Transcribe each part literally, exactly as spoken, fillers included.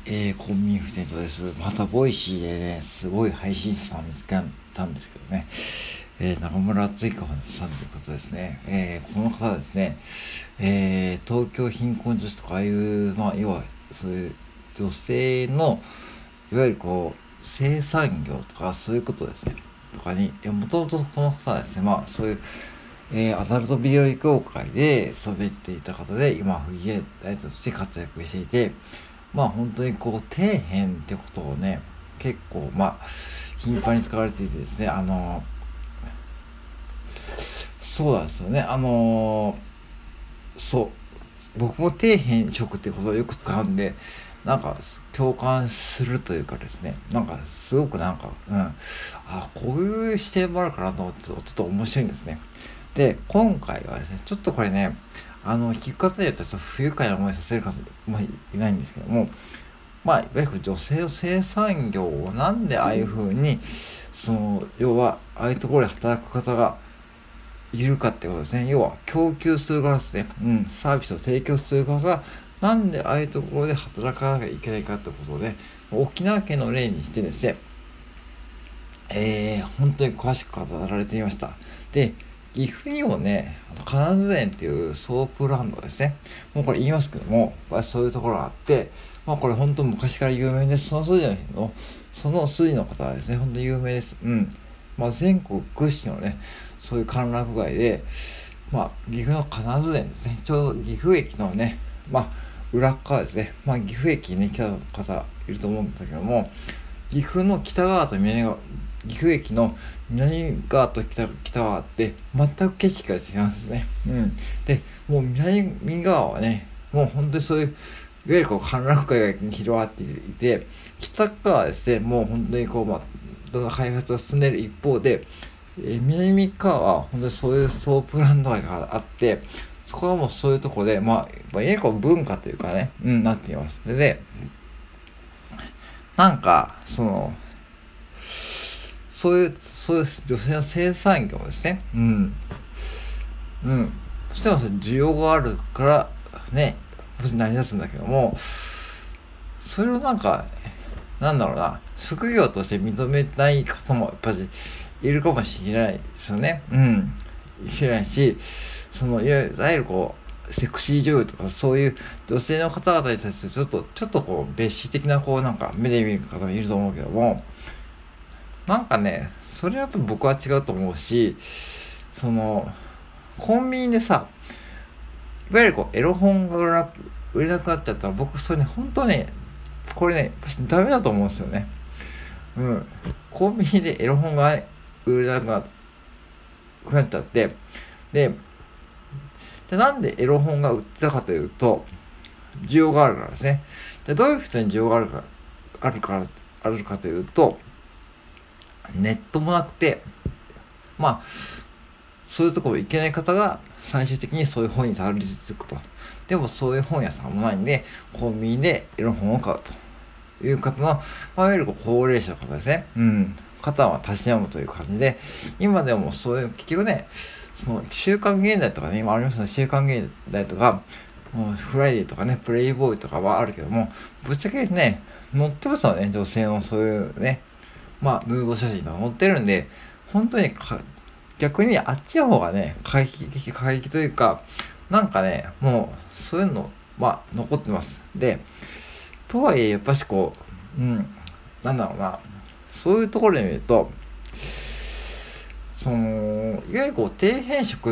えー、コンビニフテントです。また、ボイシーでね、すごい配信者さんを見つけたんですけどね、えー、中村敦彦さんということですね。えー、この方はですね、えー、東京貧困女子とか、ああいう、まあ、要は、そういう女性の、いわゆるこう、生産業とか、そういうことですね。とかに、もともとこの方はですね、まあ、そういう、えー、アダルトビデオ業界で勤めていた方で、今、フリーライターとして活躍していて、まあ本当にこう底辺ってことをね、結構まあ頻繁に使われていてですね、あのそうなんですよね、あのそう僕も底辺職っていうことをよく使うんで、なんか共感するというかですね、なんかすごくなんか、うん、あ、こういう視点もあるかなと思って、ちょっと面白いんですね。で、今回はですね、ちょっとこれね、あの、聞く方によってはちょっと不愉快な思いさせるかもしれないんですけども、まあ、いわゆる女性の生産業をなんでああいう風に、その、要は、ああいうところで働く方がいるかってことですね。要は、供給する側ですね。うん、サービスを提供する側が、なんでああいうところで働かなきゃいけないかってことで、沖縄県の例にしてですね、えー、本当に詳しく語られていました。で、岐阜にもね、あの金津園っていうソープランドですね。もうこれ言いますけども、まあ、そういうところがあって、まあこれ本当昔から有名です。その筋の、その筋の方はですね、本当に有名です。うん。まあ全国屈指のね、そういう歓楽街で、まあ岐阜の金津園ですね。ちょうど岐阜駅のね、まあ裏っ側ですね。まあ岐阜駅に、ね、来た方いると思うんだけども、岐阜の北側と南側、岐阜駅の南側と北北側って全く景色が違うんですね。うん。で、もう南側はね、もう本当にそういう、いわゆるこう歓楽街が広がっていて、北側はですね、もう本当にこう、まあ、どんどん開発が進んでいる一方で、えー南側は本当にそういうソープランド街があって、そこはもうそういうところで、まあ、まあ、いわゆるこう文化というかね、うん、なっています。で、でなんか、その、そういう、そういう女性の生産業ですね。うん。うん。そしても需要があるから、ね、成り立つんだけども、それをなんか、なんだろうな、職業として認めない方もやっぱりいるかもしれないですよね。うん。知らないし、その、いわゆるこう、セクシー女優とかそういう女性の方々に対してちょっと、ちょっとこう、別視的なこうなんか目で見る方もいると思うけども、なんかね、それはやっぱ僕は違うと思うし、その、コンビニでさ、いわゆるこう、エロ本が売れな売れなくなっちゃったら、僕それね、本当ね、これね、ダメだと思うんですよね。うん。コンビニでエロ本が売れなくなっちゃって、で、でなんでエロ本が売ってたかというと、需要があるからですね。で、どういう人に需要があるか、あるから、あるかというと、ネットもなくて、まあ、そういうところ行けない方が最終的にそういう本にたどり着くと。でもそういう本屋さんもないんで、コンビニでエロ本を買うという方の、まあ、いわゆる高齢者の方ですね。うん。方はたしなむという感じで、今でもそういう、結局ね、その、週刊現代とかね、今ありますね、週刊現代とか、もうフライデーとかね、プレイボーイとかはあるけども、ぶっちゃけね、載ってますよね、女性のそういうね、まあ、ヌード写真とか載ってるんで、本当にか逆にあっちの方がね、回帰的、回帰というか、なんかね、もう、そういうの、まあ、残ってます。で、とはいえ、やっぱしこう、うん、なんだろうな、そういうところで見ると、その、いわゆるこう、底辺職って、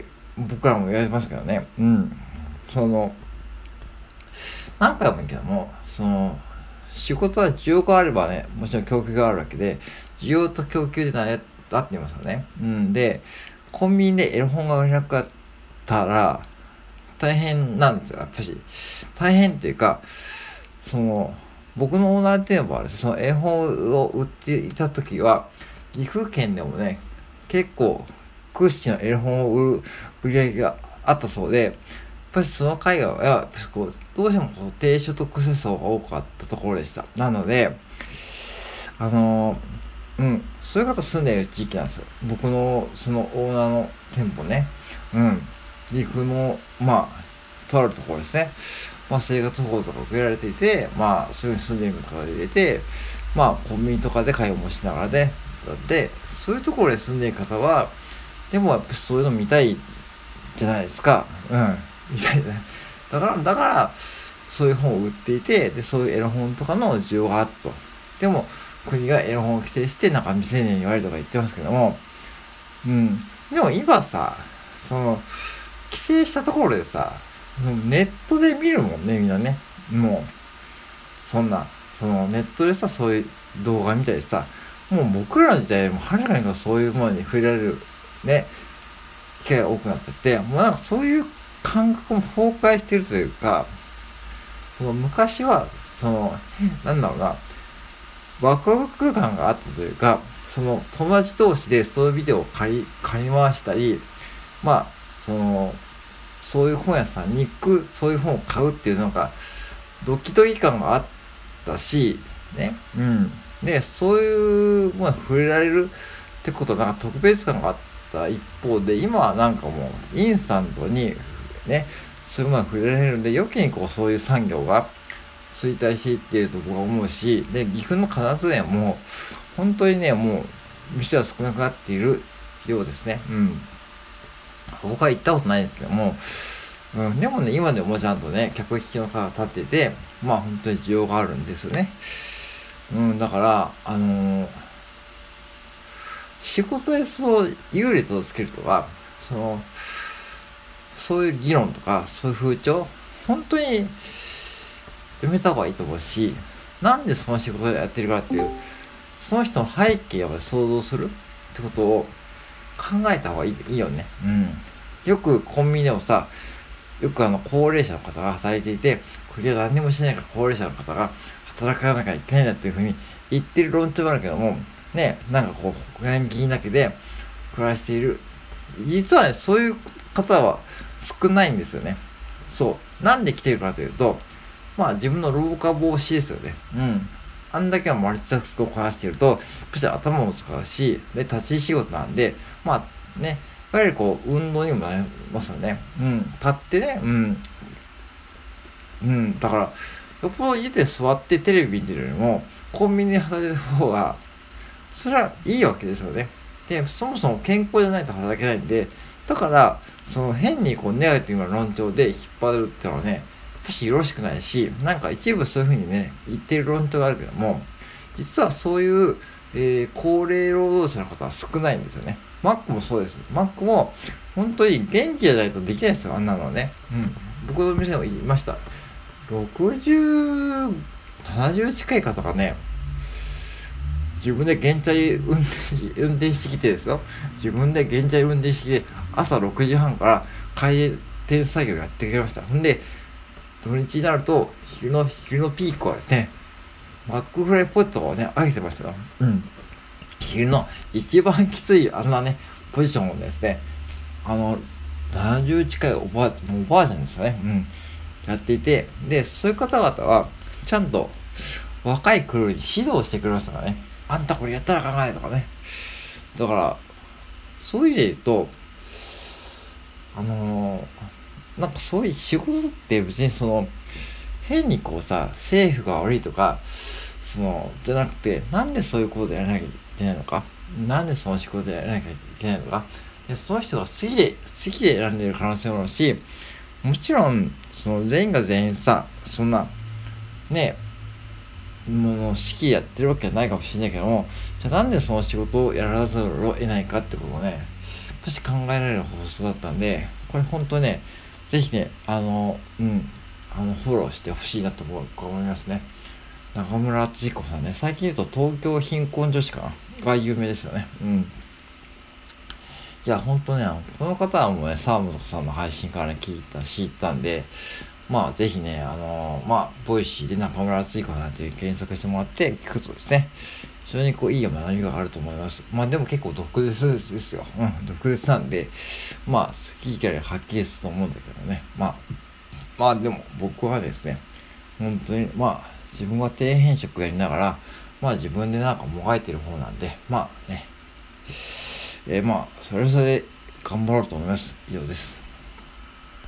僕らも言われますけどね、うん、その、何回も言うけども、その、仕事は需要があればね、もちろん供給があるわけで、需要と供給で成り立っていますよね。うん。で、コンビニでエロ本が売れなかったら、大変なんですよ、やっぱし。大変っていうか、その、僕のオーナーっていうのはですね、その絵本を売っていた時は、岐阜県でもね、結構、屈指の絵本を売る売り上げがあったそうで、やっぱりその海外は、やっぱりこう、どうしてもこう低所得世層が多かったところでした。なので、あのー、うん、そういう方住んでいる地域なんですよ。僕の、そのオーナーの店舗ね。うん。岐阜の、まあ、 とあるところですね、まあ、生活保護とか受けられていて、まあ、そういうふうに住んでいる方が入れて、まあ、コンビニとかで買い物しながらね、だって、そういうところで住んでいる方は、でもやっぱそういうの見たいじゃないですか。うん。見たいじゃない。だから、だから、そういう本を売っていて、で、そういうエロ本とかの需要があったと。でも、国がエロ本を規制して、なんか未成年に言われるとか言ってますけども、うん。でも今さ、その、規制したところでさ、ネットで見るもんね、みんなね。もう、そんな、そのネットでさ、そういう動画見たりさ、もう僕らの時代もはるかにそういうものに触れられる、ね、機会が多くなっちゃって、もうなんかそういう感覚も崩壊してるというか、その昔は、その、なんだろうな、ワクワク感があったというか、その友達同士でそういうビデオを借り、借り回したり、まあ、その、そういう本屋さんに行く、そういう本を買うっていうのが、ドキドキ感があったし、ね、うん。で、そういうものに触れられるってことは、なんか特別感があった一方で、今はなんかもう、インスタントに、ね、そういうものに触れられるんで、余計にこう、そういう産業が衰退していっていると僕は思うし、で、岐阜の金津園も、本当にね、もう、店は少なくなっているようですね。うん。僕は行ったことないですけども、うん、でもね、今でもちゃんとね、客引きの方が立ってて、まあ本当に需要があるんですよね。うん、だから、あのー仕事でその優劣をつけるとか、その、そういう議論とか、そういう風潮、本当にやめた方がいいと思うし、なんでその仕事でやってるかっていう、その人の背景を想像するってことを考えた方がいい、いいよね。うん。よくコンビニでもさ、よくあの、高齢者の方が働いていて、これは何もしないから高齢者の方が働かなきゃいけないんだっていうふうに言ってる論調もあるけども、ね、なんかこう、年金だけで暮らしている。実はね、そういう方は少ないんですよね。そう。なんで来てるかというと、まあ自分の老化防止ですよね。うん。あんだけはマルチタスクをこなしていると、やっぱり頭も使うし、で、立ち仕事なんで、まあね、やはりこう、運動にもなりますよね。うん。立ってね、うん。うん。だから、よっぽど家で座ってテレビ見てるよりも、コンビニで働いてる方が、それはいいわけですよね。で、そもそも健康じゃないと働けないんで、だから、その変にこうネガティブな論調で引っ張るっていうのはね、やっぱしよろしくないし、なんか一部そういうふうにね、言ってる論調があるけども、実はそういう、えー、高齢労働者の方は少ないんですよね。マックもそうです。マックも、本当に元気じゃないとできないですよ、あんなのはね。うん。僕の店でも言いました。ろくじゅう、ななじゅう近い方がね、自分で原チャリ運転し、運転してきてですよ。自分で原チャリ運転してきて、朝ろくじはんから開店作業やってくれました。ほんで、土日になると、昼の、昼のピークはですね、マックフライポテトをね、揚げてましたよ。うん。昼の一番きついあんなね、ポジションをですね、あの、ななじゅう近いおばあ、もうおばあちゃんですよね。うん。やっていて、で、そういう方々は、ちゃんと若い頃に指導してくれましたからね。あんたこれやったらあかんないとかね。だから、そういう意味で言うと、あのー、なんかそういう仕事って別にその、変にこうさ、政府が悪いとか、その、じゃなくて、なんでそういうことでやらなきゃいけないのか、なんでその仕事でやらなきゃいけないのか、でその人が好きで、好きで選んでいる可能性もあるし、もちろん、その全員が全員さ、そんな、ね、もう式やってるわけじゃないかもしれないけども、じゃあなんでその仕事をやらざるを得ないかってことをね、もし考えられる放送だったんで、これ本当ね、ぜひね、あの、うん、あの、フォローしてほしいなと思いますね。中村敦彦さんね、最近言うと東京貧困女子かなが有名ですよね。うん。いや、ほんとね、この方はもうね、サーモトさんの配信からね、聞いた、知ったんで、まあ、ぜひね、あのー、まあ、ボイシーで中村敦彦さんって検索してもらって聞くとですね、非常にこう、いい学びがあると思います。まあ、でも結構毒舌ですよ。うん、毒舌なんで、まあ、好き嫌いはっきりすると思うんだけどね。まあ、まあ、でも僕はですね、本当に、まあ、自分は底辺職やりながら、まあ自分でなんかもがいてる方なんで、まあね、えー、まあ、それぞれ頑張ろうと思います。以上です。